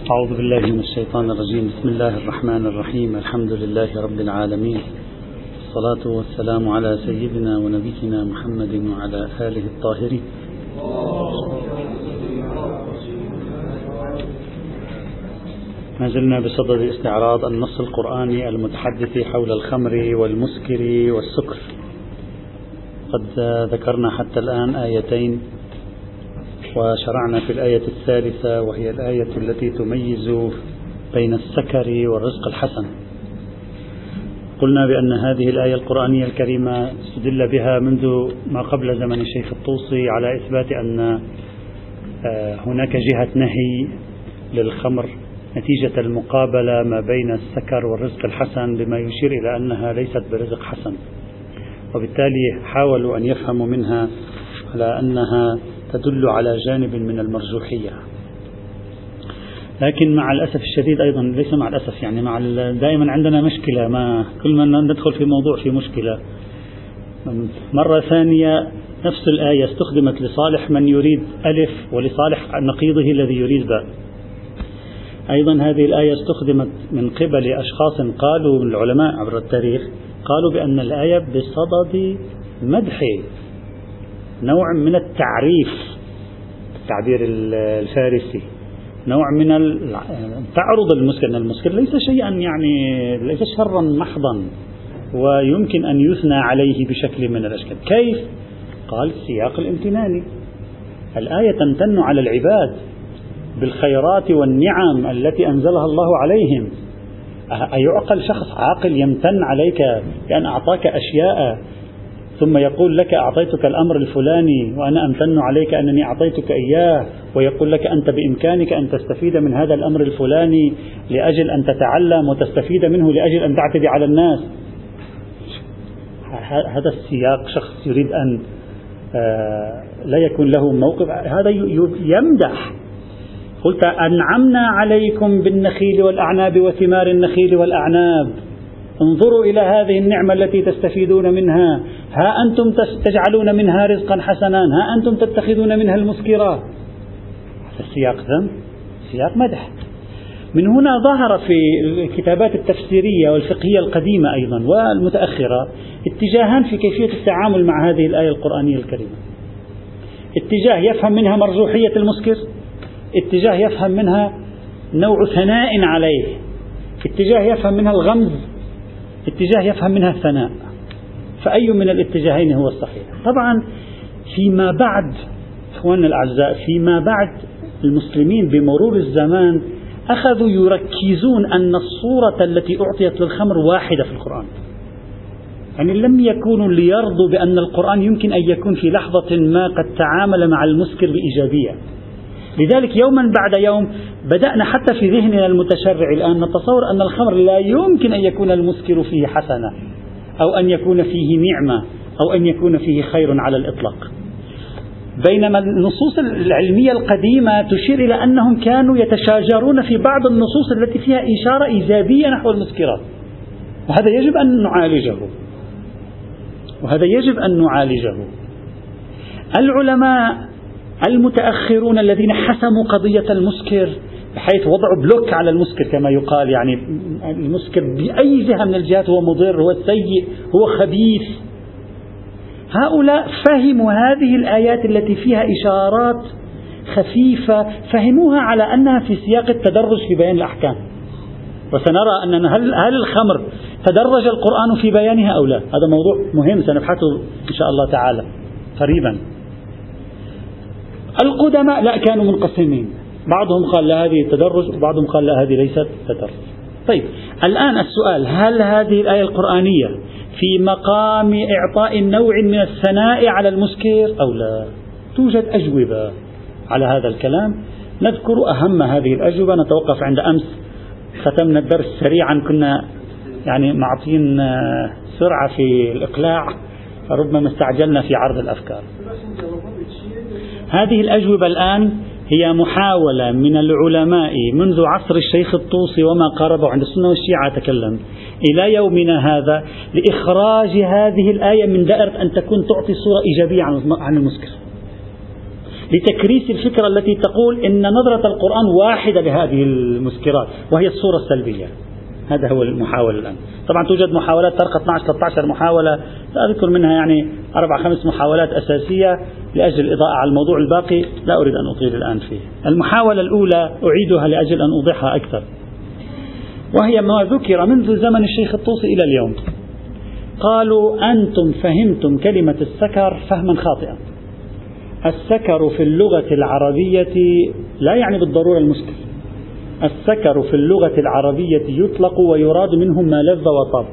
أعوذ بالله من الشيطان الرجيم. بسم الله الرحمن الرحيم. الحمد لله رب العالمين، الصلاة والسلام على سيدنا ونبينا محمد وعلى آله الطاهرين. ما زلنا بصدد استعراض النص القرآني المتحدث حول الخمر والمسكر والسكر. قد ذكرنا حتى الآن آيتين، وشرعنا في الآية الثالثة وهي الآية التي تميز بين السكر والرزق الحسن. قلنا بأن هذه الآية القرآنية الكريمة استدل بها منذ ما قبل زمن الشيخ الطوسي على إثبات أن هناك جهة نهي للخمر نتيجة المقابلة ما بين السكر والرزق الحسن، بما يشير إلى أنها ليست برزق حسن، وبالتالي حاولوا أن يفهموا منها على أنها تدل على جانب من المرجوحية. لكن مع الأسف الشديد أيضا، ليس مع الأسف يعني دائما عندنا مشكلة، ما كل ما ندخل في موضوع في مشكلة. مرة ثانية نفس الآية استخدمت لصالح من يريد ألف ولصالح نقيضه الذي يريد باء. أيضا هذه الآية استخدمت من قبل أشخاص قالوا العلماء عبر التاريخ، قالوا بأن الآية بصدد مدح نوع من التعريف، التعبير الفارسي، نوع من تعرض المسكر، أن المسكر ليس شيئا يعني ليس شرا محضا ويمكن أن يثنى عليه بشكل من الأشكال. كيف؟ قال السياق الامتناني. الآية تمتن على العباد بالخيرات والنعم التي أنزلها الله عليهم. أيعقل شخص عاقل يمتن عليك بأن أعطاك أشياء ثم يقول لك أعطيتك الأمر الفلاني وأنا أمتن عليك أنني أعطيتك إياه، ويقول لك أنت بإمكانك أن تستفيد من هذا الأمر الفلاني لأجل أن تتعلم وتستفيد منه لأجل أن تعتدي على الناس؟ هذا السياق شخص يريد أن لا يكون له موقف، هذا يمدح. قلت أنعمنا عليكم بالنخيل والأعناب وثمار النخيل والأعناب، انظروا إلى هذه النعمة التي تستفيدون منها، ها أنتم تجعلون منها رزقا حسنا، ها أنتم تتخذون منها المسكرات. السياق ذم، سياق مدح. من هنا ظهر في الكتابات التفسيرية والفقهية القديمة أيضا والمتأخرة اتجاهان في كيفية التعامل مع هذه الآية القرآنية الكريمة. اتجاه يفهم منها مرجوحية المسكر، اتجاه يفهم منها نوع ثناء عليه، اتجاه يفهم منها الغمز، اتجاه يفهم منها الثناء. فأي من الاتجاهين هو الصحيح؟ طبعا فيما بعد إخواننا الأعزاء، فيما بعد المسلمين بمرور الزمان أخذوا يركزون أن الصورة التي أعطيت للخمر واحدة في القرآن، يعني لم يكونوا ليرضوا بأن القرآن يمكن أن يكون في لحظة ما قد تعامل مع المسكر بإيجابية. لذلك يوما بعد يوم بدأنا حتى في ذهننا المتشرع الآن نتصور أن الخمر لا يمكن أن يكون المسكر فيه حسنة أو أن يكون فيه نعمة أو أن يكون فيه خير على الإطلاق، بينما النصوص العلمية القديمة تشير إلى أنهم كانوا يتشاجرون في بعض النصوص التي فيها إشارة إيجابية نحو المسكرات، وهذا يجب أن نعالجه. العلماء المتأخرون الذين حسموا قضية المسكر بحيث وضعوا بلوك على المسكر كما يقال، يعني المسكر بأي جهة من الجهات هو مضر، هو سيء، هو خبيث، هؤلاء فهموا هذه الآيات التي فيها إشارات خفيفة، فهموها على أنها في سياق التدرج في بيان الأحكام. وسنرى أننا هل الخمر تدرج القرآن في بيانها أو لا؟ هذا موضوع مهم سنبحثه إن شاء الله تعالى قريبا. القدماء لا، كانوا منقسمين، بعضهم قال لا هذه تدرج وبعضهم قال لا هذه ليست تدرج. طيب الآن السؤال، هل هذه الآية القرآنية في مقام إعطاء نوع من الثناء على المسكر أو لا؟ توجد أجوبة على هذا الكلام، نذكر أهم هذه الأجوبة. نتوقف عند أمس، ختمنا الدرس سريعا، كنا يعني معطين سرعة في الإقلاع فربما استعجلنا في عرض الأفكار. هذه الأجوبة الآن هي محاولة من العلماء منذ عصر الشيخ الطوسي وما قاربه، عند السنة والشيعة تكلم، إلى يومنا هذا لإخراج هذه الآية من دائرة أن تكون تعطي صورة إيجابية عن المسكر. لتكريس الفكرة التي تقول إن نظرة القرآن واحدة لهذه المسكرات وهي الصورة السلبية. هذا هو المحاولة الآن. طبعا توجد محاولات ترقى 12-13 محاولة، سأذكر منها يعني 4-5 محاولات أساسية لأجل الإضاءة على الموضوع، الباقي لا أريد أن أطيل الآن فيه. المحاولة الأولى أعيدها لأجل أن أوضحها أكثر، وهي ما ذكر منذ زمن الشيخ الطوسي إلى اليوم. قالوا أنتم فهمتم كلمة السكر فهما خاطئا. السكر في اللغة العربية لا يعني بالضرورة المسكر. السكر في اللغة العربية يطلق ويراد منه ما لذ وطاب،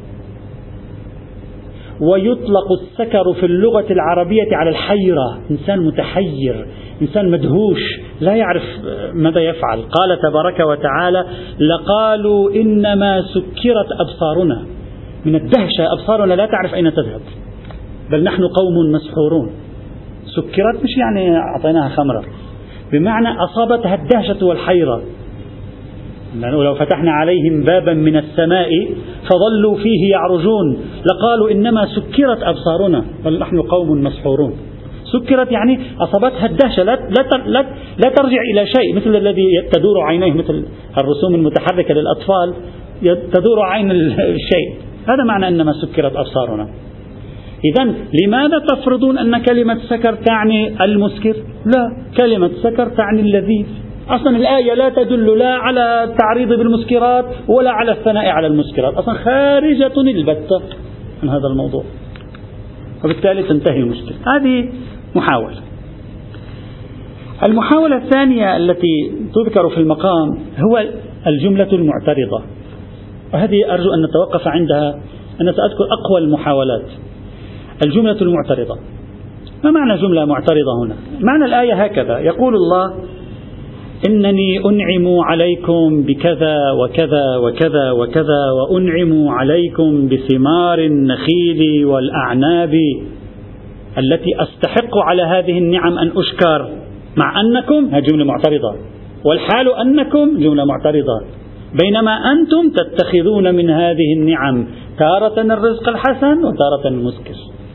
ويطلق السكر في اللغة العربية على الحيرة، إنسان متحير، إنسان مدهوش لا يعرف ماذا يفعل. قال تبارك وتعالى: لقالوا إنما سكرت أبصارنا، من الدهشة أبصارنا لا تعرف أين تذهب، بل نحن قوم مسحورون. سكرت مش يعني أعطيناها خمرة، بمعنى أصابتها الدهشة والحيرة. لو فتحنا عليهم بابا من السماء فظلوا فيه يعرجون لقالوا إنما سكرت أبصارنا بل نحن قوم مسحورون. سكرت يعني أصابتها الدهشة، لا ترجع إلى شيء، مثل الذي تدور عينيه، مثل الرسوم المتحركة للأطفال تدور عين الشيء، هذا معنى إنما سكرت أبصارنا. إذن لماذا تفرضون أن كلمة سكر تعني المسكر؟ لا، كلمة سكر تعني اللذيذ. أصلا الآية لا تدل لا على التعريض بالمسكرات ولا على الثناء على المسكرات، أصلا خارجة البتة من هذا الموضوع، وبالتالي تنتهي المشكلة. هذه محاولة. المحاولة الثانية التي تذكر في المقام هو الجملة المعترضة، وهذه أرجو أن نتوقف عندها. أنا سأذكر أقوى المحاولات. الجملة المعترضة، ما معنى جملة معترضة هنا؟ معنى الآية هكذا: يقول الله: إنني أنعم عليكم بكذا وكذا وكذا وكذا، وأنعم عليكم بثمار النخيل والأعناب التي أستحق على هذه النعم أن أشكر، مع أنكم، هذه جملة معترضة، والحال أنكم جملة معترضة، بينما أنتم تتخذون من هذه النعم تارة الرزق الحسن وتارة المسكر.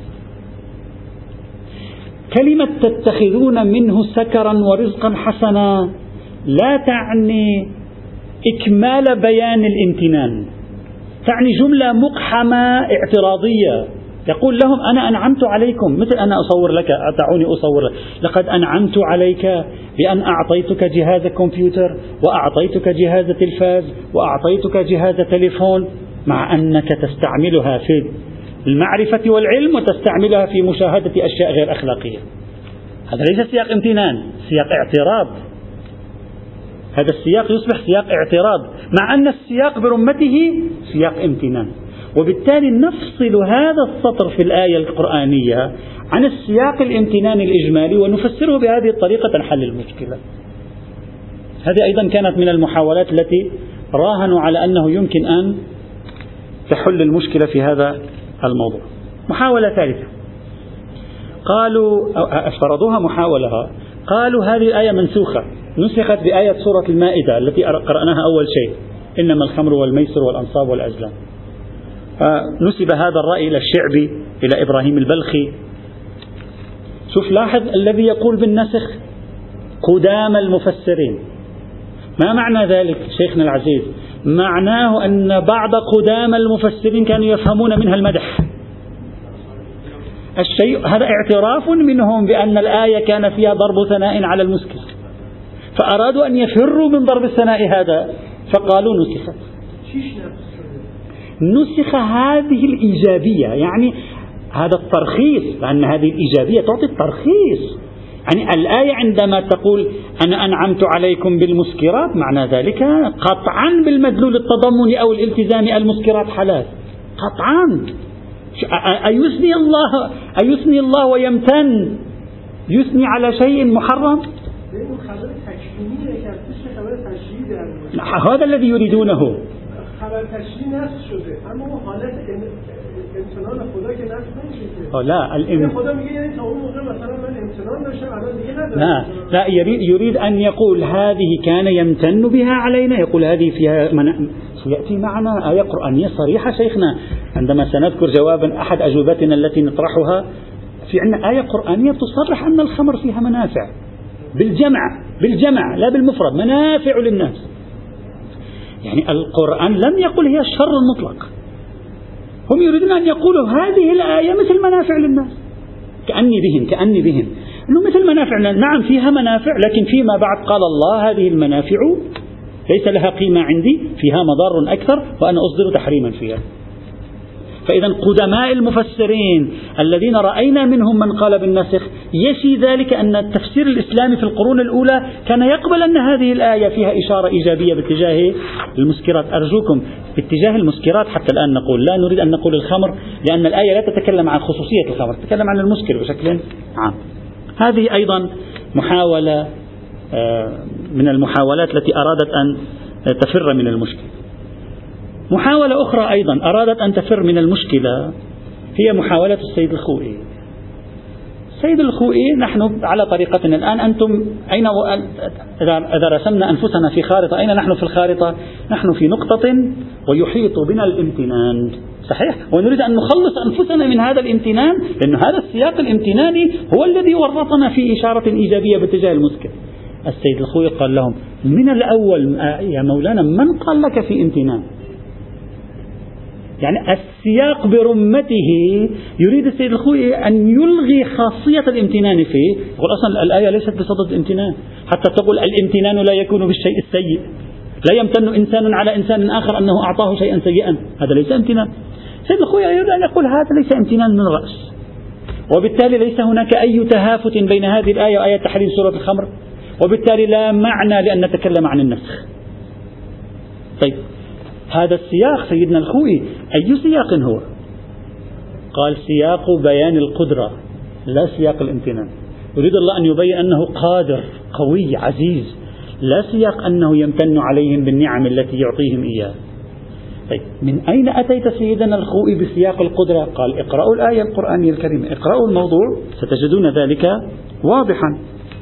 كلمة تتخذون منه سكرا ورزقا حسنا لا تعني إكمال بيان الامتنان، تعني جملة مقحمة اعتراضية. يقول لهم: أنا أنعمت عليكم، مثل أنا أصور لك، دعوني أصور لك، لقد أنعمت عليك بأن أعطيتك جهاز كمبيوتر، وأعطيتك جهاز تلفاز، وأعطيتك جهاز تليفون، مع أنك تستعملها في المعرفة والعلم وتستعملها في مشاهدة أشياء غير أخلاقية. هذا ليس سياق امتنان، سياق اعتراض. هذا السياق يصبح سياق اعتراض، مع أن السياق برمته سياق امتنان. وبالتالي نفصل هذا السطر في الآية القرآنية عن السياق الامتنان الإجمالي ونفسره بهذه الطريقة تنحل المشكلة. هذه أيضا كانت من المحاولات التي راهنوا على أنه يمكن أن تحل المشكلة في هذا الموضوع. محاولة ثالثة، قالوا افترضوها محاولة، قالوا هذه الآية منسوخة، نسخت بآية سورة المائدة التي قرأناها أول شيء: إنما الخمر والميسر والأنصاب والأزلام. نسب هذا الرأي إلى الشعبي، إلى إبراهيم البلخي. شوف، لاحظ الذي يقول بالنسخ قدام المفسرين. ما معنى ذلك شيخنا العزيز؟ معناه أن بعض قدام المفسرين كانوا يفهمون منها المدح. الشيء هذا اعتراف منهم بأن الآية كان فيها ضرب ثناء على المسكر، فأرادوا أن يفروا من ضرب الثناء هذا، فقالوا نسخت. نسخ هذه الإيجابية، يعني هذا الترخيص، لأن هذه الإيجابية تعطي الترخيص. يعني الآية عندما تقول أنا أنعمت عليكم بالمسكرات، معنى ذلك قطعا بالمدلول التضمني أو الالتزامي المسكرات حلال قطعا. أيثني الله ويمتن يثني على شيء محرم؟ هذا الذي يريدونه. لا يريد أن يقول هذه كان يمتن بها علينا، يقول هذه فيها سيأتي معنا آية قرآنية صريحة شيخنا عندما سنذكر جوابا أحد أجوبتنا التي نطرحها في عندنا آية قرآنية تصرح أن الخمر فيها منافع بالجمع لا بالمفرد، منافع للناس. يعني القرآن لم يقل هي الشر المطلق، هم يريدون أن يقولوا هذه الآية مثل منافع للناس، كأني بهم أنه مثل منافع للناس. نعم فيها منافع، لكن فيما بعد قال الله هذه المنافع ليس لها قيمة عندي، فيها مضار أكثر وأنا أصدر تحريما فيها. فإذا قدماء المفسرين الذين رأينا منهم من قال بالنسخ يشي ذلك أن التفسير الإسلامي في القرون الأولى كان يقبل أن هذه الآية فيها إشارة إيجابية باتجاه المسكرات. أرجوكم باتجاه المسكرات حتى الآن نقول، لا نريد أن نقول الخمر، لأن الآية لا تتكلم عن خصوصية الخمر، تتكلم عن المسكر بشكل عام. هذه أيضا محاولة من المحاولات التي أرادت أن تفر من المشكلة. محاولة أخرى أيضا أرادت أن تفر من المشكلة هي محاولة السيد الخوئي. السيد الخوئي نحن على طريقتنا الآن، أنتم أين إذا رسمنا أنفسنا في خارطة أين نحن في الخارطة؟ نحن في نقطة ويحيط بنا الامتنان، صحيح؟ ونريد أن نخلص أنفسنا من هذا الامتنان، لأن هذا السياق الامتناني هو الذي ورطنا في إشارة إيجابية باتجاه المسكر. السيد الخوئي قال لهم من الأول يا مولانا من قال لك في امتنان؟ يعني السياق برمته يريد السيد الخوئي أن يلغي خاصية الامتنان فيه. يقول أصلا الآية ليست بصدد الامتنان، حتى تقول الامتنان لا يكون بالشيء السيء، لا يمتن إنسان على إنسان آخر أنه أعطاه شيئا سيئا، هذا ليس امتنان. السيد الخوئي يريد أن يقول هذا ليس امتنان من رأس، وبالتالي ليس هناك أي تهافت بين هذه الآية وآية تحريم سورة الخمر، وبالتالي لا معنى لأن نتكلم عن النسخ. طيب هذا السياق سيدنا الخوئي أي سياق هو؟ قال سياق بيان القدرة لا سياق الامتنان. يريد الله أن يبين أنه قادر قوي عزيز، لا سياق أنه يمتن عليهم بالنعم التي يعطيهم إياها. طيب من أين أتيت سيدنا الخوئي بسياق القدرة؟ قال اقرأوا الآية القرآنية الكريمة، اقرأوا الموضوع ستجدون ذلك واضحا.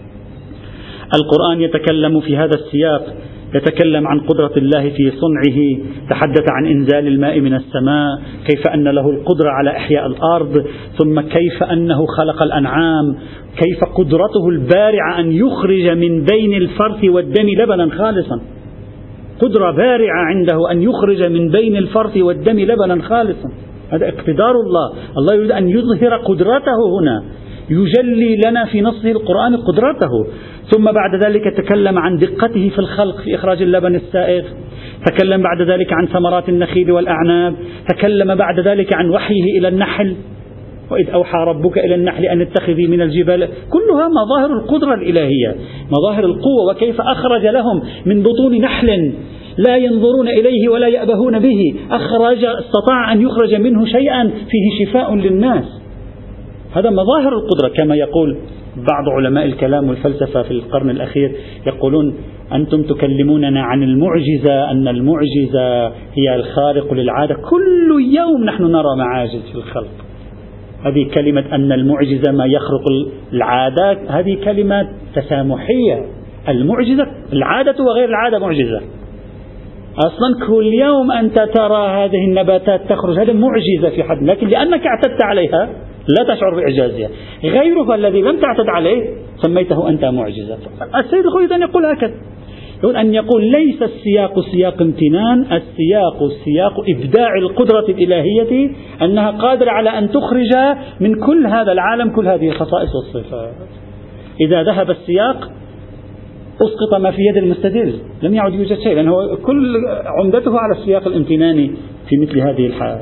القرآن يتكلم في هذا السياق، يتكلم عن قدرة الله في صنعه، تحدث عن إنزال الماء من السماء، كيف أن له القدرة على إحياء الأرض، ثم كيف أنه خلق الأنعام، كيف قدرته البارعة أن يخرج من بين الفرث والدم لبنا خالصا، قدرة بارعة عنده أن يخرج من بين الفرث والدم لبنا خالصا. هذا اقتدار الله. الله يريد أن يظهر قدرته هنا، يجلي لنا في نصه القرآن قدرته. ثم بعد ذلك تكلم عن دقته في الخلق في إخراج اللبن السائغ، تكلم بعد ذلك عن ثمرات النخيل والأعناب، تكلم بعد ذلك عن وحيه إلى النحل، وإذ أوحى ربك إلى النحل أن اتخذي من الجبال، كلها مظاهر القدرة الإلهية، مظاهر القوة، وكيف أخرج لهم من بطون نحل لا ينظرون إليه ولا يأبهون به، استطاع أن يخرج منه شيئا فيه شفاء للناس. هذا مظاهر القدرة. كما يقول بعض علماء الكلام والفلسفة في القرن الأخير، يقولون أنتم تكلموننا عن المعجزة، أن المعجزة هي الخارق للعادة، كل يوم نحن نرى معاجز في الخلق. هذه كلمة أن المعجزة ما يخرق العادات، هذه كلمة تسامحية. المعجزة العادة وغير العادة معجزة. أصلا كل يوم أنت ترى هذه النباتات تخرج، هذا معجزة في حد، لكن لأنك اعتدت عليها لا تشعر بإعجازها. غيرك الذي لم تعتد عليه سميته أنت معجزة. السيد الخوئي أن يقول هكذا، يقول أن يقول ليس السياق سياق امتنان، السياق سياق إبداع القدرة الإلهية، أنها قادرة على أن تخرج من كل هذا العالم كل هذه الخصائص والصفات. إذا ذهب السياق أسقط ما في يد المستدل، لم يعد يوجد شيء، لأنه كل عمدته على السياق الامتناني في مثل هذه الحال.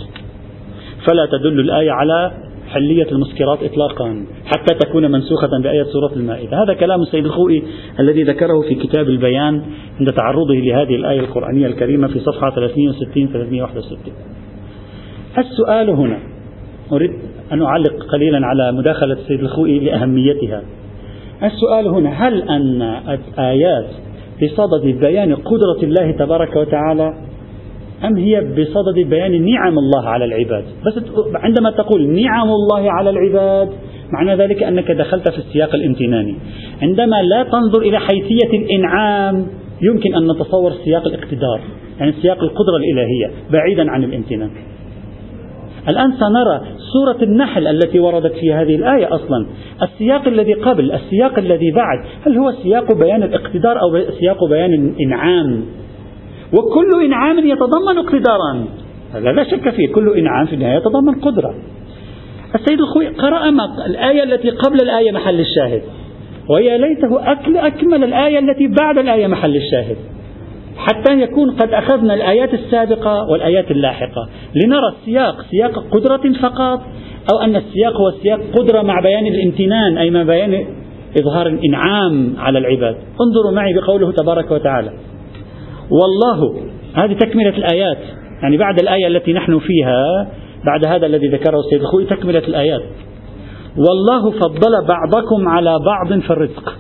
فلا تدل الآية على حلية المسكرات إطلاقا حتى تكون منسوخة بآية سورة المائدة. هذا كلام السيد الخوئي الذي ذكره في كتاب البيان عند تعرضه لهذه الآية القرآنية الكريمة في صفحة 360-361. السؤال هنا، أريد أن أعلق قليلا على مداخلة السيد الخوئي لأهميتها. السؤال هنا، هل أن الآيات بصدد بيان قدرة الله تبارك وتعالى، أم هي بصدد بيان نعم الله على العباد؟ بس عندما تقول نعم الله على العباد معنى ذلك أنك دخلت في السياق الامتناني. عندما لا تنظر إلى حيثية الإنعام يمكن أن نتصور سياق الاقتدار، يعني سياق القدرة الإلهية بعيدا عن الامتنان. الآن سنرى سورة النحل التي وردت في هذه الآية أصلا، السياق الذي قبل السياق الذي بعد، هل هو سياق بيان الاقتدار أو سياق بيان الإنعام؟ وكل إنعام يتضمن اقتدارا، هذا لا شك فيه، كل إنعام في النهاية يتضمن قدرة. السيد الخوئي قرأ الآية التي قبل الآية محل الشاهد، ويا ليته أكمل الآية التي بعد الآية محل الشاهد، حتى يكون قد أخذنا الآيات السابقة والآيات اللاحقة لنرى السياق سياق قدرة فقط، أو أن السياق هو سياق قدرة مع بيان الامتنان، أي مع بيان إظهار الإنعام على العباد. انظروا معي بقوله تبارك وتعالى: والله، هذه تكملة الآيات، يعني بعد الآية التي نحن فيها، بعد هذا الذي ذكره السيد الخوئي تكملة الآيات: والله فضل بعضكم على بعض في الرزق،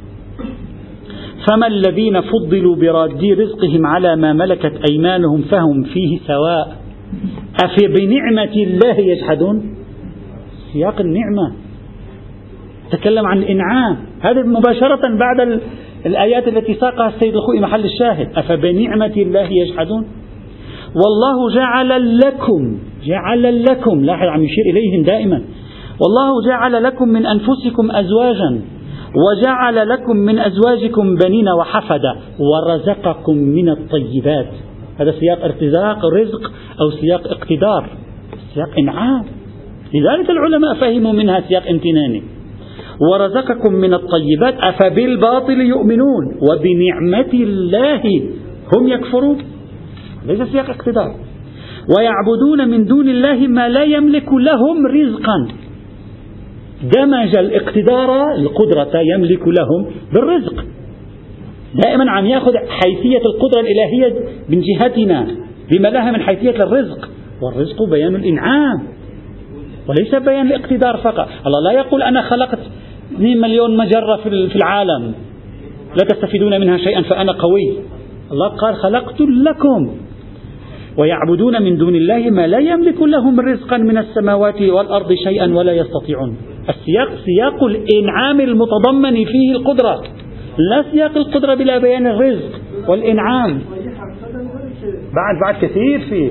فما الذين فضلوا براد رزقهم على ما ملكت أيمانهم فهم فيه سواء أفبنعمة الله يجحدون. سياق النعمة تكلم عن الإنعام، هذا مباشرة بعد الآيات التي ساقها السيد الخوئي محل الشاهد: أفبنعمة الله يجحدون. والله جعل لكم، لاحظ عم يشير إليهم دائما: والله جعل لكم من أنفسكم أزواجا وجعل لكم من أزواجكم بنين وحفدة ورزقكم من الطيبات. هذا سياق ارتزاق رزق أو سياق اقتدار، سياق إنعام، لذلك العلماء فهموا منها سياق امتناني. ورزقكم من الطيبات أفبالباطل يؤمنون وبنعمة الله هم يكفرون. ليس سياق اقتدار. ويعبدون من دون الله ما لا يملك لهم رزقا، دمج الاقتدار القدرة يملك لهم بالرزق، دائما عم يأخذ حيثية القدرة الإلهية من جهتنا بما لها من حيثية الرزق، والرزق بيان الإنعام وليس بيان الاقتدار فقط. الله لا يقول أنا خلقت 2 مليون مجرة في العالم لا تستفيدون منها شيئا فأنا قوي. الله قال خلقت لكم. ويعبدون من دون الله ما لا يملك لهم رزقا من السماوات والأرض شيئا ولا يستطيعون. السياق سياق الإنعام المتضمن فيه القدرة، لا سياق القدرة بلا بيان الرزق والإنعام. بعد كثير فيه.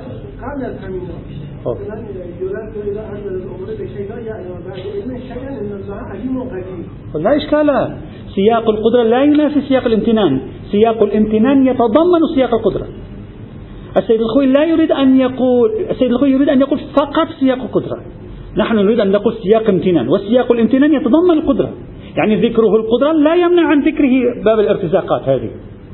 لا إشكال، سياق القدرة لا ينافي سياق الامتنان، سياق الامتنان يتضمن سياق القدرة. السيد الخوئي لا يريد أن يقول، السيد الخوئي يريد أن يقول فقط سياق القدرة، نحن نريد أن نقول سياق امتنان، والسياق الامتنان يتضمن القدرة، يعني ذكره القدرة لا يمنع عن ذكره باب الارتزاقات هذه.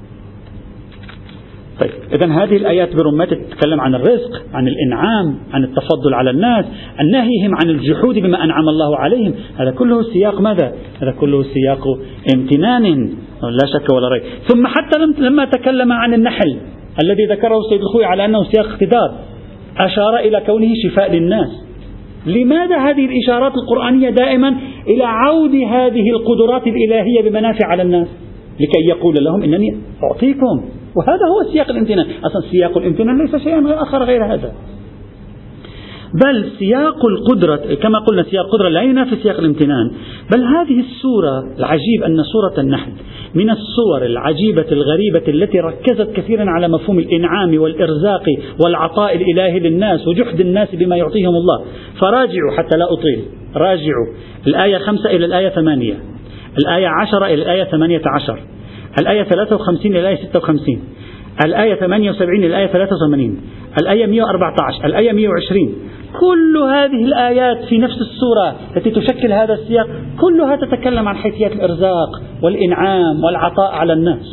طيب، إذن هذه الآيات برمتها تتكلم عن الرزق، عن الإنعام، عن التفضل على الناس، عن نهيهم عن الجحود بما أنعم الله عليهم. هذا كله سياق ماذا؟ هذا كله سياق امتنان لا شك ولا ريب. ثم حتى لما تكلم عن النحل الذي ذكره السيد الخوئي على أنه سياق اقتدار، أشار إلى كونه شفاء للناس. لماذا هذه الإشارات القرآنية دائما إلى عود هذه القدرات الإلهية بمنافع على الناس؟ لكي يقول لهم إنني أعطيكم. وهذا هو سياق الامتنان. أصلا سياق الامتنان ليس شيئا آخر غير هذا، بل سياق القدرة كما قلنا سياق القدرة لا ينافي سياق الامتنان. بل هذه السورة العجيب أن سورة النحل من الصور العجيبة الغريبة التي ركزت كثيرا على مفهوم الإنعام والإرزاق والعطاء الإلهي للناس وجحد الناس بما يعطيهم الله. فراجعوا حتى لا أطيل، راجعوا الآية 5 إلى الآية 8، الآية 10 إلى الآية 18، الآية 53 إلى الآية 56، الآية 78 إلى الآية 83، الآية 114، الآية 120. كل هذه الآيات في نفس السورة التي تشكل هذا السياق كلها تتكلم عن حيثيات الإرزاق والإنعام والعطاء على الناس.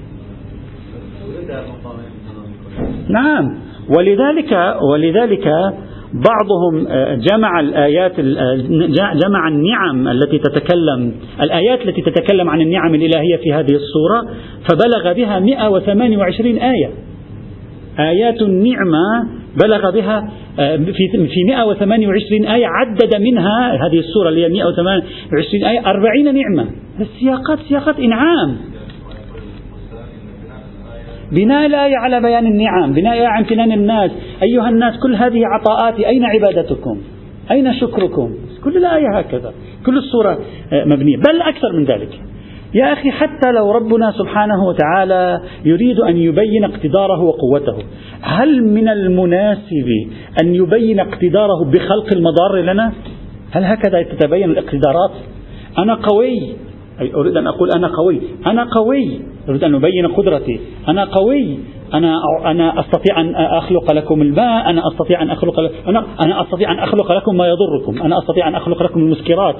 نعم، ولذلك بعضهم جمع الآيات، جمع النعم التي تتكلم، الآيات التي تتكلم عن النعم الإلهية في هذه الصورة، فبلغ بها 128 آية. آيات النعمة بلغ بها في 128 آية، عدد منها هذه السورة اللي هي 128 آية 40 نعمة. السياقات سياقات إنعام، بناء الآية على بيان النعم، بناء الآية على امتنان الناس. أيها الناس كل هذه عطاءاتي، أين عبادتكم؟ أين شكركم؟ كل الآية هكذا، كل السورة مبنية، بل أكثر من ذلك. يا أخي حتى لو ربنا سبحانه وتعالى يريد أن يبين اقتداره وقوته، هل من المناسب أن يبين اقتداره بخلق المضار لنا؟ هل هكذا تتبين الاقتدارات؟ أنا قوي، أريد أن أقول أنا قوي، أريد أن أبين قدرتي، أنا قوي، أنا أستطيع أن أخلق لكم الماء، أنا أستطيع أن أخلق لكم ما يضركم، أنا أستطيع أن أخلق لكم المسكرات.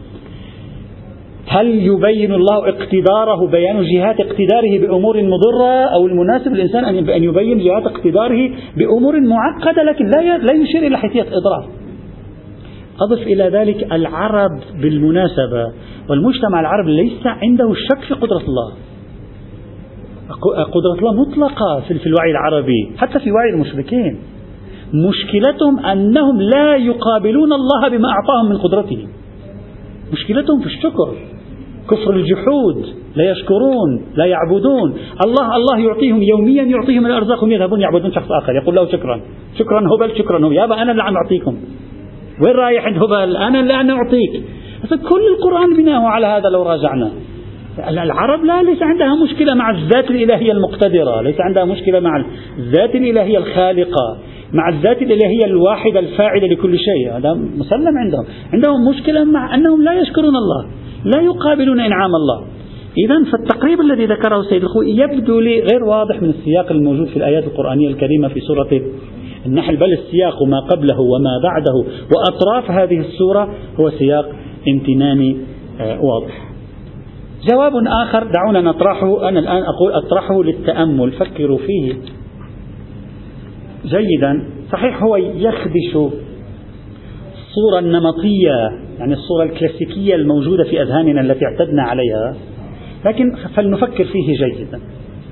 هل يبين الله اقتداره بيان جهات اقتداره بأمور مضرة، أو المناسب للإنسان أن يبين جهات اقتداره بأمور معقدة لكن لا يشير إلى حيثية إضرار؟ أضف إلى ذلك العرب بالمناسبة، والمجتمع العربي ليس عنده شك في قدرة الله، قدرة الله مطلقة في الوعي العربي حتى في وعي المشركين. مشكلتهم أنهم لا يقابلون الله بما أعطاهم من قدرته، مشكلتهم في الشكر، كفر الجحود، لا يشكرون، لا يعبدون الله يعطيهم يوميا، يعطيهم الأرزاق هم يذهبون يعبدون شخص آخر، يقول له شكرا هبل، يابا أنا اللي عم أعطيكم، وين رايح عند هبل؟ أنا اللي أنا أعطيك. كل القرآن بناه على هذا. لو راجعنا العرب ليس عندها مشكلة مع الذات الإلهية المقتدرة، ليس عندها مشكلة مع الذات الإلهية الخالقة، مع الذات الإلهية الواحدة الفاعلة لكل شيء، هذا مسلم عندهم مشكلة مع أنهم لا يشكرون الله، لا يقابلون إنعام الله. إذن فالتقريب الذي ذكره السيد الخوئي يبدو لي غير واضح من السياق الموجود في الآيات القرآنية الكريمة في سورة النحل، بل السياق ما قبله وما بعده وأطراف هذه السورة هو سياق امتناني واضح. جواب آخر دعونا نطرحه، أنا الآن أقول أطرحه للتأمل، فكروا فيه جيدا. صحيح هو يخدش الصورة النمطية، يعني الصورة الكلاسيكية الموجودة في أذهاننا التي اعتدنا عليها، لكن فلنفكر فيه جيدا.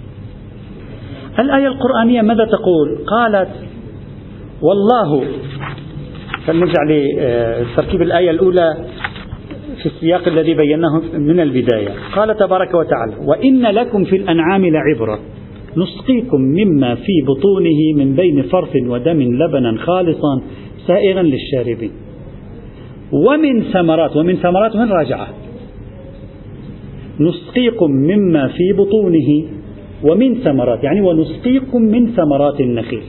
الآية القرآنية ماذا تقول؟ قالت والله، فلنرجع لتركيب الآية الأولى في السياق الذي بيناه من البداية. قال تبارك وتعالى: وإن لكم في الأنعام لعبرة نسقيكم مما في بطونه من بين فرث ودم لبنا خالصا سائغا للشاربين ومن ثمرات من راجعة، نسقيكم مما في بطونه ومن ثمرات، يعني ونسقيكم من ثمرات النخيل،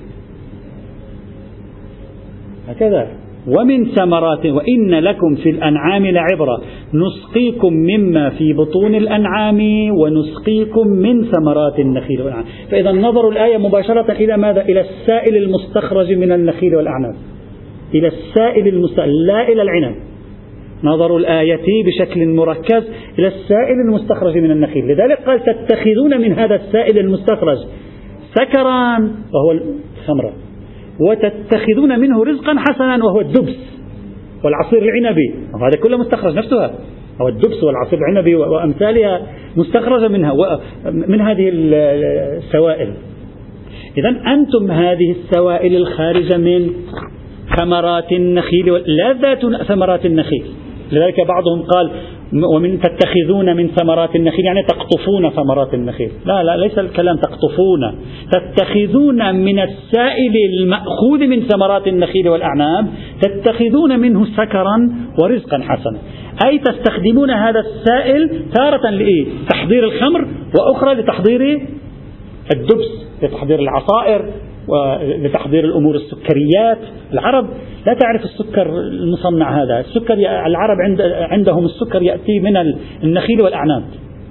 هكذا ومن ثمرات. وإن لكم في الأنعام لعبرة نسقيكم مما في بطون الأنعام ونسقيكم من ثمرات النخيل والأعناب. فإذا نظر الآية مباشرة إلى ماذا؟ إلى السائل المستخرج من النخيل والأعناب، إلى السائل لا إلى العنب. نظر الآية بشكل مركز إلى السائل المستخرج من النخيل، لذلك قال تتخذون من هذا السائل المستخرج سكرا وهو الخمرة، وتتخذون منه رزقا حسنا وهو الدبس والعصير العنبي، وهذا كله مستخرج نفسها، هو الدبس والعصير العنبي وأمثالها مستخرجة من هذه السوائل. إذن أنتم هذه السوائل الخارجة من ثمرات النخيل، لا ذات ثمرات النخيل. لذلك بعضهم قال ومن تتخذون من ثمرات النخيل يعني تقطفون ثمرات النخيل. لا ليس الكلام تقطفون، تتخذون من السائل المأخوذ من ثمرات النخيل والأعناب، تتخذون منه سكرا ورزقا حسنا، أي تستخدمون هذا السائل تارة لتحضير الخمر، وأخرى لتحضير الدبس، لتحضير العصائر ولتحضير الأمور السكريات. العرب لا تعرف السكر المصنع، هذا السكر العرب عندهم السكر يأتي من النخيل والأعناب.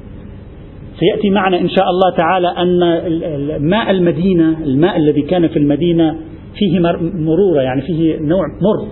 سيأتي معنا إن شاء الله تعالى أن ماء المدينة، الماء الذي كان في المدينة فيه مرورة، يعني فيه نوع مر،